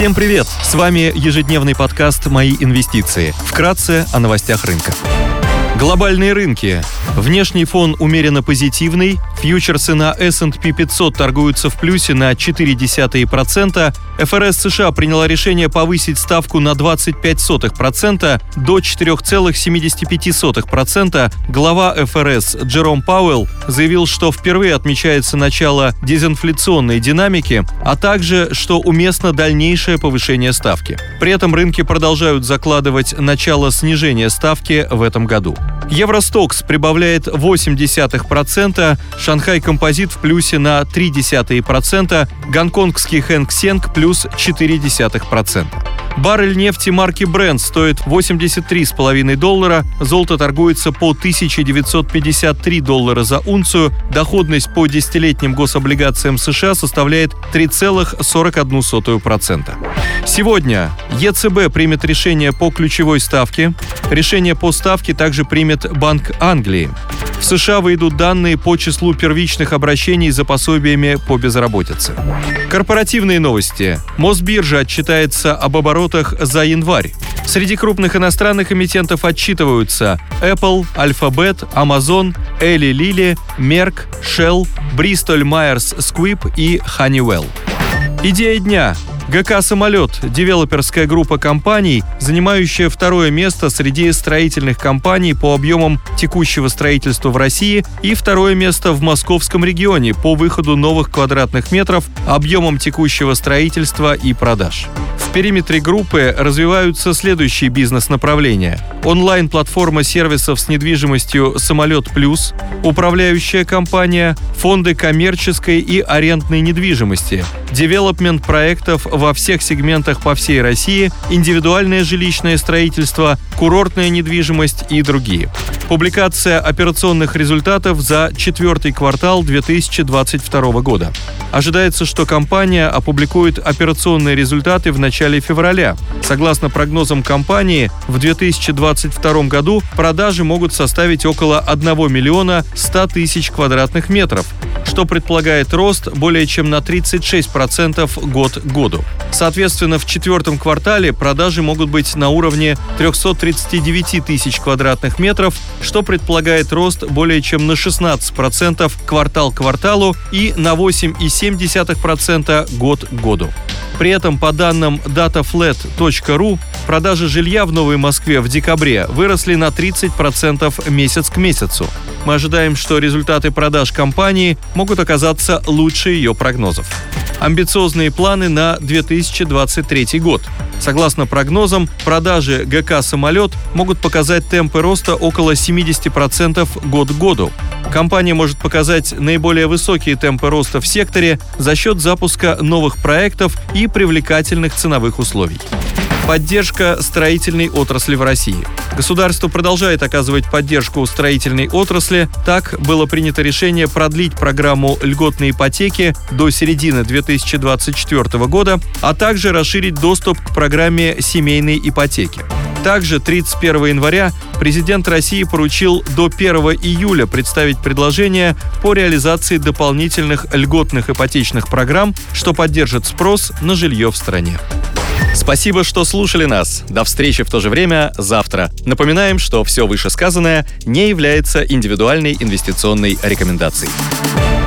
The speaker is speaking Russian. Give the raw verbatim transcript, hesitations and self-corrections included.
Всем привет! С вами ежедневный подкаст «Мои инвестиции». Вкратце о новостях рынка. Глобальные рынки. Внешний фон умеренно позитивный. Фьючерсы на эс энд пи пятьсот торгуются в плюсе на ноль целых четыре десятых процента. эф эр эс США приняла решение повысить ставку на двадцать пять сотых процента до четыре целых семьдесят пять сотых процента. Глава эф эр эс Джером Пауэлл заявил, что впервые отмечается начало дезинфляционной динамики, а также, что уместно дальнейшее повышение ставки. При этом рынки продолжают закладывать начало снижения ставки в этом году. Евростокс прибавляет восемь десятых процента, Шанхай Композит в плюсе на три десятых процента, гонконгский Хэнк Сенг плюс четыре десятых процента. Баррель нефти марки Brent стоит восемьдесят три целых пять десятых доллара, золото торгуется по тысяча девятьсот пятьдесят три доллара за унцию, доходность по десятилетним гособлигациям США составляет три целых сорок одна сотая процента. Сегодня е цэ бэ примет решение по ключевой ставке. Решение по ставке также примет Банк Англии. В США выйдут данные по числу первичных обращений за пособиями по безработице. Корпоративные новости. Мосбиржа отчитается об оборотах за январь. Среди крупных иностранных эмитентов отчитываются Apple, Alphabet, Amazon, Eli Lilly, Merck, Shell, Bristol Myers Squibb и Honeywell. Идея дня. гэ ка «Самолет» – девелоперская группа компаний, занимающая второе место среди строительных компаний по объемам текущего строительства в России и второе место в московском регионе по выходу новых квадратных метров, объемам текущего строительства и продаж. В периметре группы развиваются следующие бизнес-направления. Онлайн-платформа сервисов с недвижимостью «Самолет Плюс», управляющая компания, фонды коммерческой и арендной недвижимости, девелопмент проектов во всех сегментах по всей России, индивидуальное жилищное строительство, курортная недвижимость и другие. Публикация операционных результатов за четвертый квартал две тысячи двадцать второго года. Ожидается, что компания опубликует операционные результаты в начале февраля. Согласно прогнозам компании, в две тысячи двадцать втором году продажи могут составить около одного миллиона ста тысяч квадратных метров, что предполагает рост более чем на тридцать шесть процентов год к году. Соответственно, в четвертом квартале продажи могут быть на уровне триста тридцать девять тысяч квадратных метров, что предполагает рост более чем на шестнадцать процентов квартал к кварталу и на восемь целых семь десятых процента год к году. При этом, по данным датафлэт точка ру, продажи жилья в Новой Москве в декабре выросли на тридцать процентов месяц к месяцу. Мы ожидаем, что результаты продаж компании могут оказаться лучше ее прогнозов. Амбициозные планы на две тысячи двадцать третий год. Согласно прогнозам, продажи гэ ка «Самолет» могут показать темпы роста около семьдесят процентов год к году. Компания может показать наиболее высокие темпы роста в секторе за счет запуска новых проектов и привлекательных ценовых условий. Поддержка строительной отрасли в России. Государство продолжает оказывать поддержку строительной отрасли. Так, было принято решение продлить программу льготной ипотеки до середины две тысячи двадцать четвёртого года, а также расширить доступ к программе семейной ипотеки. Также тридцать первого января президент России поручил до первого июля представить предложение по реализации дополнительных льготных ипотечных программ, что поддержит спрос на жилье в стране. Спасибо, что слушали нас. До встречи в то же время завтра. Напоминаем, что все вышесказанное не является индивидуальной инвестиционной рекомендацией.